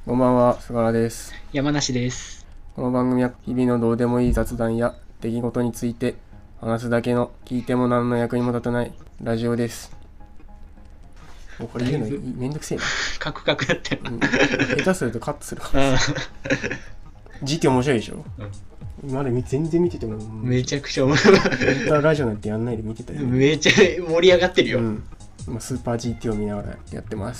こんばんは、菅原です。 山梨です。 この番組は日々のどうでもいい雑談や出来事について話すだけの聞いても何の役にも立たないラジオです。これ言うのめんどくせえな。 カクカクやってる。 下手するとカットするから。GT 面白いでしょ。まだ全然見ててもめちゃくちゃ面白い。 インターラジオなんてやんないで見てたよ、 めちゃ盛り上がってるよ。 今スーパー GT を見ながらやってます。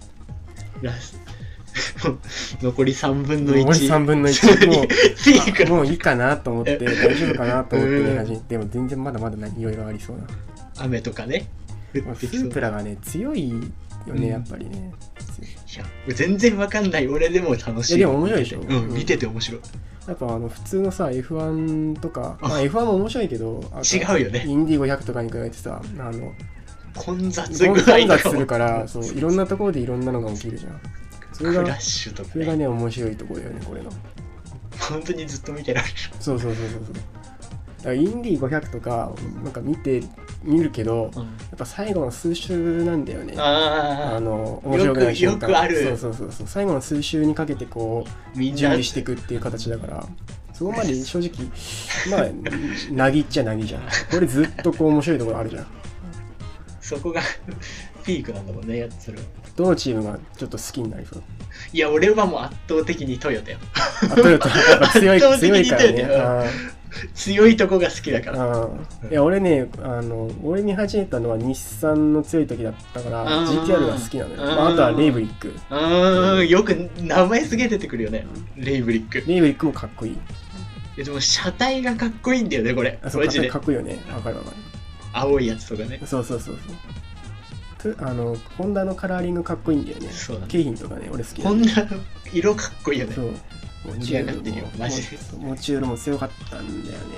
残り3分の1。 残り3分の1。もういいかなと思って、大丈夫かなと思って見始めて、でも全然まだまだいろいろありそうな。 雨とかね。 スープラがね、強いよね、やっぱりね。 いや、全然わかんない。俺でも楽しい。 いや、でも面白いでしょ。 見てて面白い。 やっぱ普通のさ、F1 とか、F1 も面白いけど、 違うよね。 インディ500とかに比べてさ、 混雑するから、そういろんなところでいろんなのが起きるじゃん。 クラッシュとか、 それがね、面白いところだよね、これの。 本当にずっと見てられる。 そう。だからインディ500とか、なんか見るけど、やっぱ最後の数周なんだよね。面白くない瞬間。 よくある。 そう。最後の数周にかけてこう、準備していくっていう形だから、そこまで正直、なぎっちゃなぎじゃん。これずっとこう面白いところあるじゃん。 そこがピークなんだもんね、やつそれは。 どのチームがちょっと好きになりそう？ いや、俺はもう圧倒的にトヨタよ。 トヨタやっぱ強いからね。 強いとこが好きだから。 いや、俺ね、俺見始めたのは日産の強い時だったから GTR が好きなのよ。あとはレイブリック。 よく名前すげえ出てくるよね。レイブリック。 レイブリックもかっこいい。 でも車体がかっこいいんだよね、これ。 そう、車体かっこいいよね。わかる。 青いやつとかね。 そう。ホンダのカラーリングかっこいいんだよね。景品とかね、俺好き。 ホンダの色かっこいいよね。 そう。 持ち上がってるよ、マジで。 持ち色も強かったんだよね。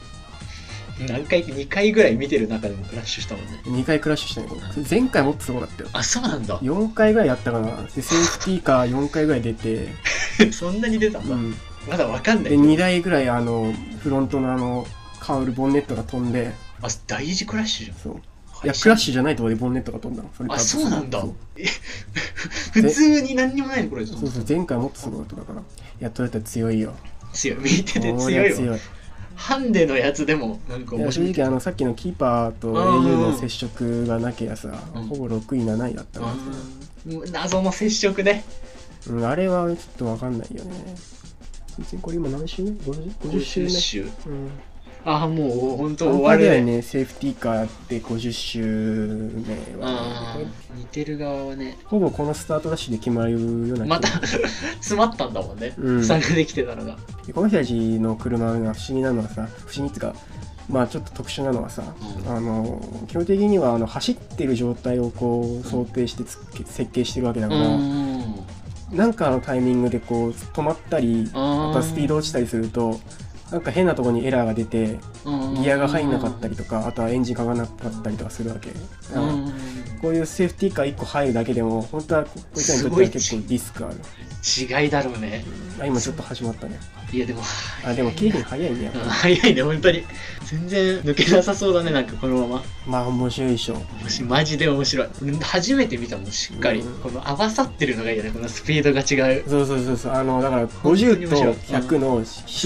2回ぐらい見てる中でもクラッシュしたもんね。 2回クラッシュしたね。前回もっとすごかったよ。 あ、そうなんだ。 4回ぐらいやったかな。で、セーフティーカー4回ぐらい出て。 そんなに出たんだ。まだわかんない。 で、2台ぐらいフロントのカウルボンネットが飛んで。 大事クラッシュじゃん。 そう。いや、クラッシュじゃないところでボンネットが飛んだの。 あ、そうなんだ。普通に何にもないのこれ。 そう、前回もっとすごかったから。いや、トヨタ強いよ。 強い。見てて強いわ。ハンデのやつでもなんか面白い。 正直さっきのキーパーと au の接触がなきゃさ、ほぼ6位7位だったからさ。謎の接触ね。 あれはちょっとわかんないよね。これ今何周目 ?50 周目。 もう本当終わりだよね。セーフティーカーって50周目は、 似てる側はね、 ほぼこのスタートダッシュで決まるような。 また詰まったんだもんね。参加できてたのが。 この人たちの車が不思議なのはさ、不思議っていうか、ちょっと特殊なのはさ、基本的には走ってる状態をこう想定して設計してるわけだから、なんかのタイミングでこう止まったり、またスピード落ちたりすると、なんか変なところにエラーが出てギアが入んなかったりとか、あとはエンジンかかなかったりとかするわけ。こういうセーフティーカー1個入るだけでも本当はこいつらにとっては結構リスクある。 違いだろうね。 今ちょっと始まったね。 いやでも景品早いね。 早いね、本当に。全然抜けなさそうだね、なんかこのまま。 面白いでしょ。 マジで面白い。初めて見たもん、しっかり。この合わさってるのがいいよね、このスピードが違う。 そう。だから50と100の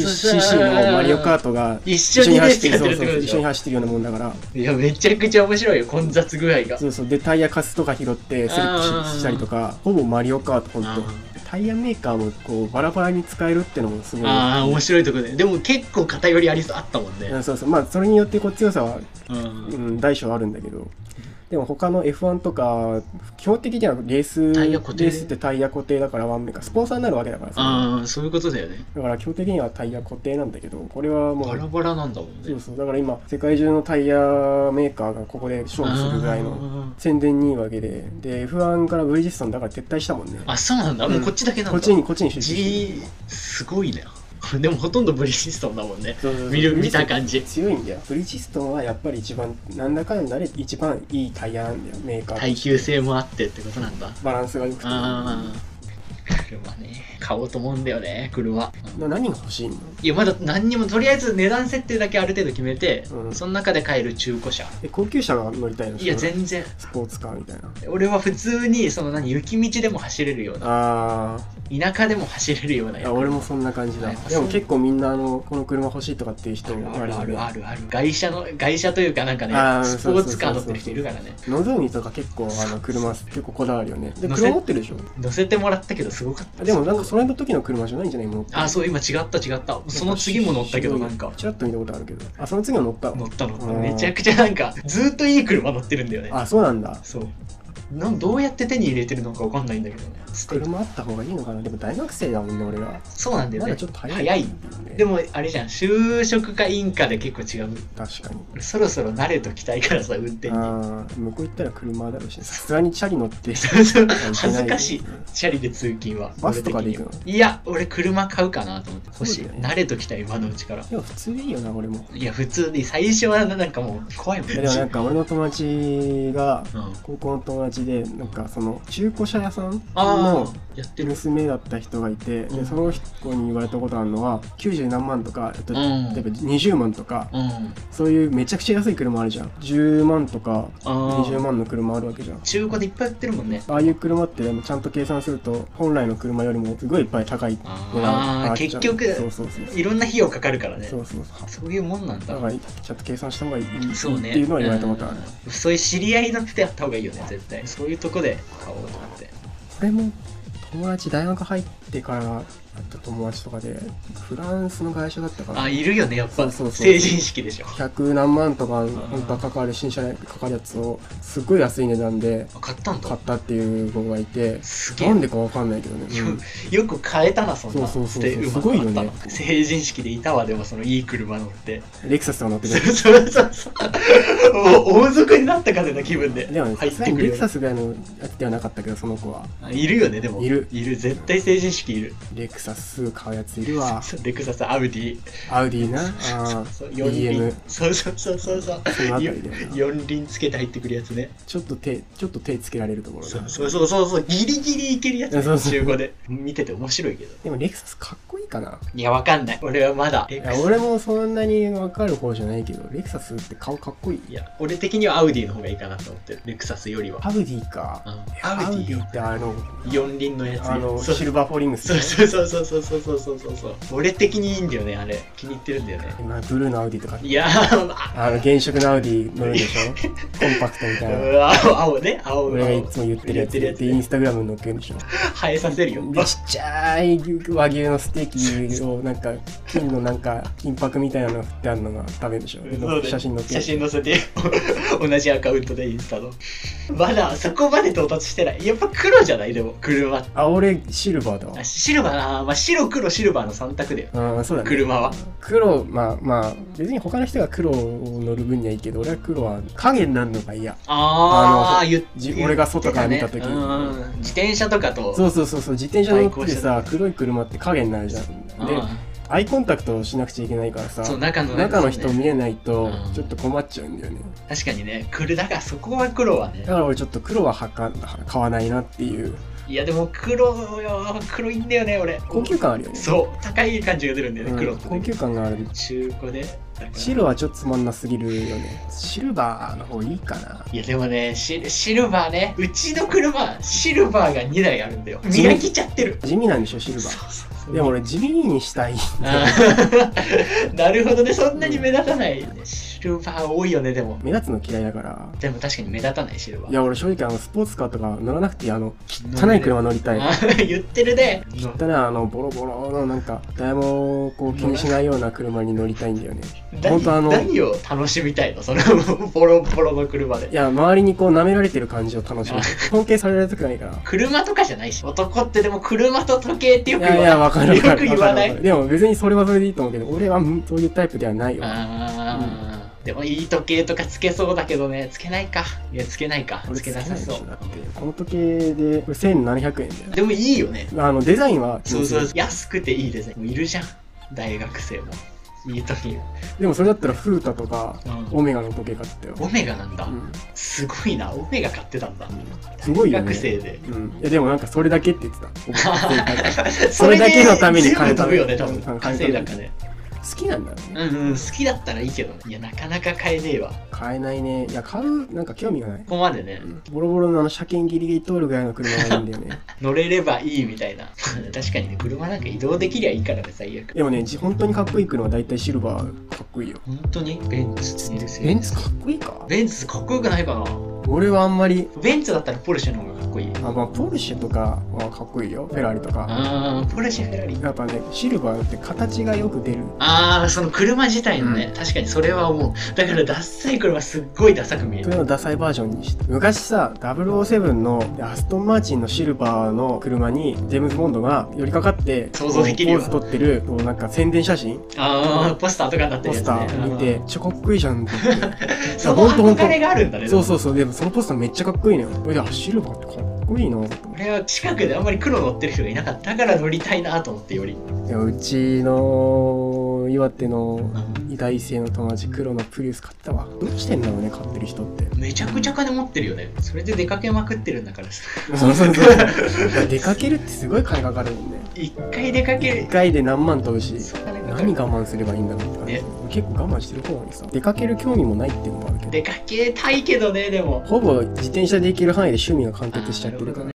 CC のマリオカートが一緒に走ってるようなもんだから。 いや、めちゃくちゃ面白いよ、混雑具合が。 そう。で、タイヤカスとか拾ってスリップしたりとか、ほぼマリオカート、ほんと。タイヤメーカーもこうバラバラに使えるってのもすごい。 面白いところで。でも結構偏りあったもんね。 そう。それによってこう強さは大小あるんだけど、でも他の F1 とか基本的にはレースってタイヤ固定だから、ワンメーカースポンサーになるわけだからさ。そういうことだよね。 だから基本的にはタイヤ固定なんだけど、これはもうバラバラなんだもんね。 そう。だから今世界中のタイヤメーカーがここで勝負するぐらいの宣伝にいいわけで、F1 からブリヂストンだから撤退したもんね。 あ、そうなんだ。もうこっちだけなんだ。 こっちに出資。 すごいね。でもほとんどブリヂストンだもんね。見た感じ強いんだよ。ブリヂストンはやっぱり一番なんだかんだで一番いいタイヤなんだよ、メーカー。 耐久性もあってってことなんだ。 バランスが良くて。 車ね、買おうと思うんだよね、車。 何が欲しいの？ いやまだ何にも、とりあえず値段設定だけある程度決めて、 うん、 その中で買える中古車。 高級車が乗りたいの？ いや全然スポーツカーみたいな。 俺は普通にその雪道でも走れるような、田舎でも走れるようなやつ。 俺もそんな感じだ。でも結構みんなこの車欲しいとかっていう人ある。外車というかなんかね、スポーツカー乗ってる人いるからね。 のぞみとか結構車結構こだわるよね。で車持ってるでしょ？ 乗せてもらったけどすごかった。 でもなんかそれの時の車じゃないんじゃないの？ そう、今違った。その次も乗ったけど、なんかちらっと見たことあるけど、その次は乗った。 めちゃくちゃなんかずっといい車乗ってるんだよね。 そうなんだ。 そう。どうやって手に入れてるのかわかんないんだけどね。 車あった方がいいのかな。でも大学生だもんね、俺は。 そうなんだよね。 まだちょっと早い。 でもあれじゃん、就職か院かで結構違う。 確かに。 そろそろ慣れときたいからさ、運転に。 向こう行ったら車だろうし、さすがにチャリ乗って。 恥ずかしい。チャリで通勤は。 バスとかで行くの？ いや、俺車買うかなと思って。欲しい。慣れときたい、今のうちから。 でも普通でいいよな、俺も。 いや、普通で最初はなんかもう怖いもんね。 でもなんか俺の友達が、高校の友達で、なんかその中古車屋さんの娘だった人がいて、でその人に言われたことあるのは90何万とか、例えば20万とか、そういうめちゃくちゃ安い車あるじゃん。10万とか20万の車あるわけじゃん。 中古でいっぱい売ってるもんね。 ああいう車ってちゃんと計算すると本来の車よりもすごいいっぱい高い値段。 結局いろんな費用かかるからね。そういうもんなんだ。 だからちゃんと計算した方がいいっていうのは言われたことある。 そういう知り合いの手でやった方がいいよね、絶対。そういうとこで買おうと思って。 これも友達大学入ってから会った友達とかでフランスの会社だったから。 いるよね、やっぱ成人式でしょ。 100何万とか本当はかかる新車にかかるやつをすっごい安い値段で買ったっていう子がいて、なんでかわかんないけどね。 よく買えたな、そんな。すごいよね。 成人式でいたわ。でもそのいい車乗ってレクサスが乗ってくる。 王族になったかのような気分で。 でもレクサスぐらいのやつではなかったけど、その子は。 いるよね。でもいる。絶対成人式いる。 レクサス買うやついるわ。 レクサス、アウディな。 BM。四輪つけて入ってくるやつね。 ちょっと手つけられるところだ。 ギリギリいけるやつ。中古で見てて面白いけど。 でもレクサスかっこいいかな。 いや、わかんない。俺はまだ。 俺もそんなにわかる方じゃないけど、レクサスって顔かっこいい。 いや、俺的にはアウディの方がいいかなと思ってる。レクサスよりは。 アウディか。アウディって四輪のやつ。 シルバーフォーリングス。 そう。俺的にいいんだよね、あれ。気に入ってるんだよね。 今ブルーのアウディとか。 いや原色のアウディ乗るでしょ。コンパクトみたいな。 青ね、青。 俺がいつも言ってるやつで、インスタグラムに載っけるんでしょ。 映えさせるよ。 で、ちっちゃい和牛のステーキをなんか金のなんか金箔みたいなのが振ってあるのが食べるでしょ。写真載せて同じアカウントでインスタの。まだそこまで到達してない。やっぱ黒じゃない？でも車。 俺シルバーだわ。 シルバーな。白黒シルバーの3択だよ。 そうだね。 車は黒、まあ別に他の人が黒を乗る分にはいいけど、俺は黒は影になるのが嫌。俺が外から見た時に自転車とかと。 そう自転車乗ってさ、黒い車って影になるじゃん。でアイコンタクトをしなくちゃいけないからさ、中の人見えないとちょっと困っちゃうんだよね。 確かにね。だからそこは黒はね。 だから俺ちょっと黒は買わないなっていう。 いやでも黒いいんだよね、俺。 高級感あるよね。 そう、高い感じが出るんだよね、黒って。 高級感がある。 中古で。 白はちょっとつまんなすぎるよね。シルバーの方いいかな。 いやでもね、シルバーね。うちの車、シルバーが2台あるんだよ。見飽きちゃってる。 地味なんでしょ、シルバー。でも俺地味にしたい。 なるほどね、そんなに目立たない。シルバー多いよね、でも。 目立つの嫌いだから。 でも確かに目立たない、シルバー。 いや俺正直スポーツカーとか乗らなくていい、汚い車乗りたい。 言ってるね。 汚いボロボロのなんか誰もこう気にしないような車に乗りたいんだよね。 本当何を楽しみたいの、そのボロボロの車で。 いや周りにこう舐められてる感じを楽しむ。尊敬されたくないから。 車とかじゃないし、男ってでも車と時計ってよく言わない。 いやわかる。 よく言わない。 でも別にそれはそれでいいと思うけど、俺はそういうタイプではないよ。 でもいい時計とかつけそうだけどね、つけないか。いやつけないか。つけなさそう。 この時計でこれ1700円だよ。 でもいいよね。 デザインはそう安くていいデザインいるじゃん、大学生も。 いい時。 でもそれだったらフータとかうんオメガの時計買ったよ。 オメガなんだ、 うんすごいな、オメガ買ってたんだ、 すごいよね。 大学生で。 うん。いやでもなんかそれだけって言ってた。それだけのために買えた全部飛ぶよね、多うん分。稼いだ金。 好きなんだろうね。 うんうん、好きだったらいいけどね。いや、なかなか買えねえわ。 買えないね。いや、買う、なんか興味がない。 ここまでね、 ボロボロの車検ギリギリ通るぐらいの車がいいんだよね。 乗れればいいみたいな。確かにね、車なんか移動できりゃいいからね、最悪。 でもね、本当にかっこいい車は大体シルバーかっこいいよ。 本当にベンツってベンツかっこいいか。 ベンツかっこよくないかな。 俺はあんまり、 ベンツだったらポルシェの方がかっこいい。 まあ、ポルシェとかはかっこいいよ。フェラーリとか。 ポルシェ、フェラーリ。 やっぱね、シルバーって形がよく出る。 その車自体のね、確かにそれは思う。だからダッサい車すっごいダサく見える。 それのダサいバージョンにして。昔さ、007のアストンマーチンのシルバーの車にジェームズ・ボンドが寄りかかって想像できるよポーズ撮ってるこうなんか宣伝写真ポスターとかになってポスるやつね。 ター見てちょかっこいいじゃんって言ってその憧れがあるんだね。 そうそうそう。でもそのポスターめっちゃかっこいいのよ。俺でシルバーってかっこいいなと思って。 俺は近くであんまり黒乗ってる人がいなかったから乗りたいなと思ってより。 いやうちの岩手の医大生の友達黒のプリウス買ったわ。どうしてんだろうね、買ってる人って。 めちゃくちゃ金持ってるよね。それで出かけまくってるんだからさ。 そうそうそう出かけるってすごい金かかるもんね。 一回出かける 1回で何万飛ぶし何か我慢すればいいんだろうって感じ、 ね結構我慢してる方にさ出かける興味もないっていうのもあるけど、 出かけたいけどね、でも。 ほぼ自転車で行ける範囲で趣味が完結しちゃってるから。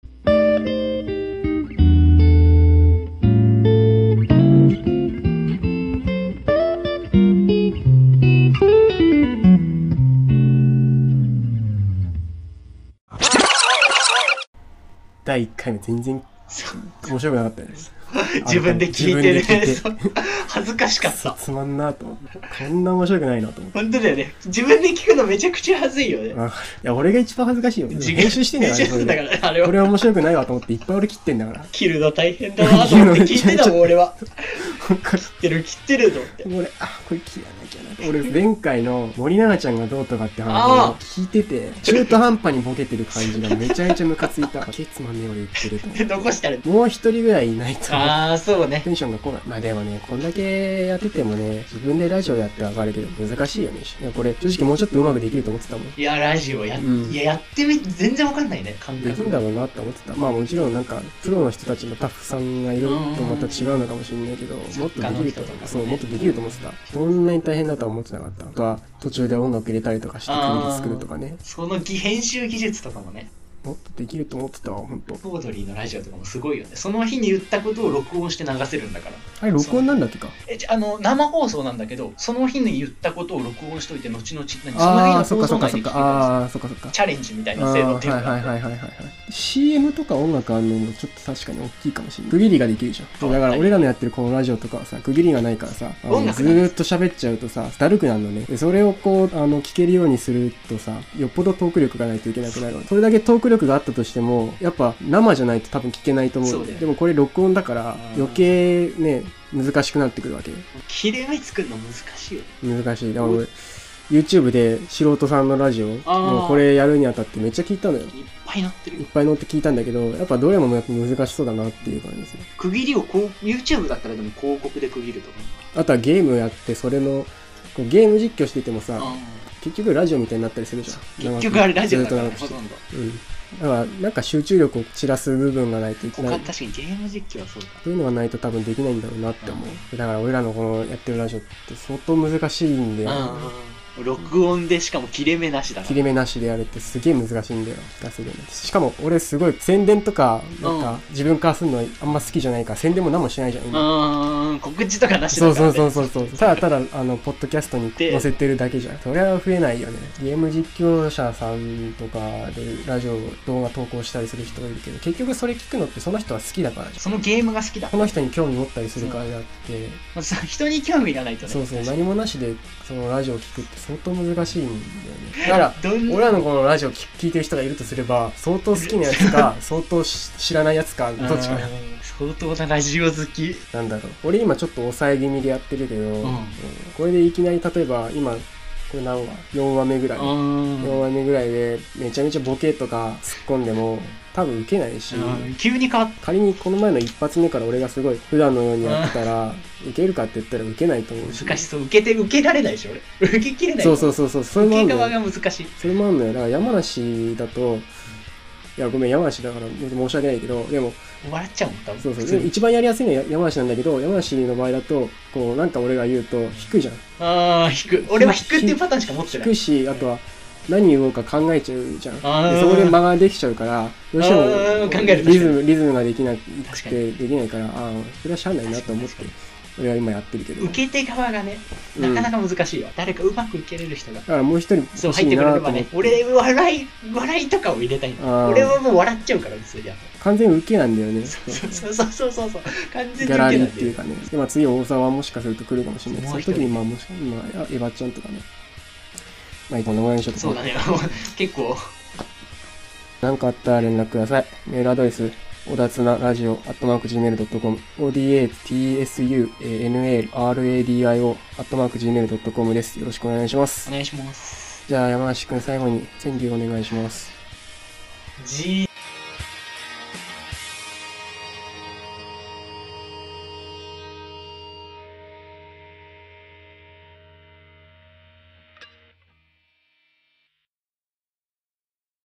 第1回目全然面白くなかったよね。 自分で聞いてる自分で聞いてそう恥ずかしかった。 つまんなと思ってこんな面白くないなと思って。 本当だよね。自分で聞くのめちゃくちゃ恥ずいよね。 いや俺が一番恥ずかしいよ。編集してんだから編集するんだからね、あれは。 これは面白くないわと思っていっぱい俺切ってんだから。 切るの大変だなと思って聞いてたもん、俺は。切ってると思って。 俺これ切らなきゃな。俺前回の森七菜ちゃんがどうとかって話を聞いてて中途半端にボケてる感じがめちゃめちゃムカついた。ケツまんねえ俺言ってると思って残したら。 もう一人ぐらいいないとそうね。 テンションが来ない。まあでもね、こんだけやっててもね、自分でラジオやってわかるけど難しいよね。いやこれ正直もうちょっとうまくできると思ってたもん。 いや、ラジオいや、やってみて全然わかんないね、感覚。 できるんだろうなって思ってた。まあもちろんなんかプロの人たちのスタッフさんがいるとまた違うのかもしれないけど、もっとできるとそうもっとできると思ってた。そんなに大変だとは思ってなかった。あとは途中で音楽入れたりとかして区切り作るとかね。 その編集技術とかもね。 もっとできると思ってたわ、ほんと。 オードリーのラジオとかもすごいよね。その日に言ったことを録音して流せるんだから。 あれ録音なんだっけか。 生放送なんだけど、その日に言ったことを録音しといて、後々その日ああ、 の放そっかそっかそっか。 送内で聞くああ、そっかそっか。 チャレンジみたいな制度っていうのがあって。 はいはい。CM とか音楽あるのもちょっと確かに大きいかもしれない。区切りができるじゃん。だから俺らのやってるこのラジオとかはさ、区切りがないからさ、ずーっと喋っちゃうとさ、だるくなるのね。でそれをこう、聞けるようにするとさ、よっぽどトーク力がないといけなくなる。それだけトーク力があったとしても、やっぱ生じゃないと多分聞けないと思う。 そうだよね。 でもこれ録音だから余計ね、難しくなってくるわけよ。 切れ目作るの難しいよね。 難しい。だから俺、YouTube で素人さんのラジオもうこれやるにあたってめっちゃ聞いたのよ。 いっぱい載ってるよ。 いっぱい載って聞いたんだけど、やっぱどれもやっぱ難しそうだなっていう感じですね。 区切りをYouTube だったらでも広告で区切るとか。 あとはゲームやって、それの、こうゲーム実況しててもさ、結局ラジオみたいになったりするじゃん。 結局あれラジオだからね、 ほとんど。だからなんか集中力を散らす部分がないといけない。 確かにゲーム実況はそうだ。 そういうのがないと多分できないんだろうなって思う。だから俺らのこのやってるラジオって相当難しいんだよ、ね。 録音でしかも切れ目なしだから。 切れ目なしでやるってすげえ難しいんだよ。しかも俺すごい宣伝とか、なんか自分からするのあんま好きじゃないから宣伝も何もしないじゃん、今。 告知とかなしだからね。 そう。ただポッドキャストに載せてるだけじゃん。それは増えないよね。ゲーム実況者さんとかでラジオ、動画投稿したりする人がいるけど、結局それ聞くのってその人は好きだからじゃん。 そのゲームが好きだ。 その人に興味持ったりするからであって。 人に興味がないとね。 そう、何もなしでそのラジオを聞くって相当難しいんだよね。だから俺らのこのラジオ聞いてる人がいるとすれば、相当好きなやつか相当知らないやつかどっちかな。 相当なラジオ好き。 なんだろう、俺今ちょっと抑え気味でやってるけど、これでいきなり例えば今これ何話 ?4 話目ぐらい。4話目ぐらいで、めちゃめちゃボケとか突っ込んでも、多分受けないし、 急に変わっ仮にこの前の一発目から俺がすごい普段のようにやってたら、受けるかって言ったら受けないと思うし。 難しそう。受けられないでしょ、俺。受けきれない。 そう。それもあんのよ。 受け側が難しい。 それもあんのよ。だから山梨だと、いや、ごめん、山梨だから申し訳ないけど、でも、 笑っちゃうもん、多分。 そう。一番やりやすいのは山梨なんだけど、山梨の場合だと、こう、なんか俺が言うと、引くじゃん。 引く。俺は引くっていうパターンしか持ってない。 引くし、あとは、何言おうか考えちゃうじゃん。でそこで間ができちゃうから、どうしてもリズムができなくて、できないから、それはしゃあないなと思って、俺は今やってるけど。 受け手側がね、なかなか難しいよ。誰かうまく受けれる人が。 だからもう一人そう、入ってくれればね、俺、笑いとかを入れたい。俺はもう笑っちゃうからですよ、 完全受けなんだよね。 そう。完全に受けギャラリーっていうかね。で、次大沢はもしかすると来るかもしれない。その時にエヴァちゃんとかね。まあ、こんなもんにしよう。 そうだね、結構。 なんかあったら連絡ください。メールアドレス、おだつなラジオ、@gmail.com、odatsunalradio、@gmail.com です。よろしくお願いします。 お願いします。 じゃあ、山梨くん最後に、川柳お願いします。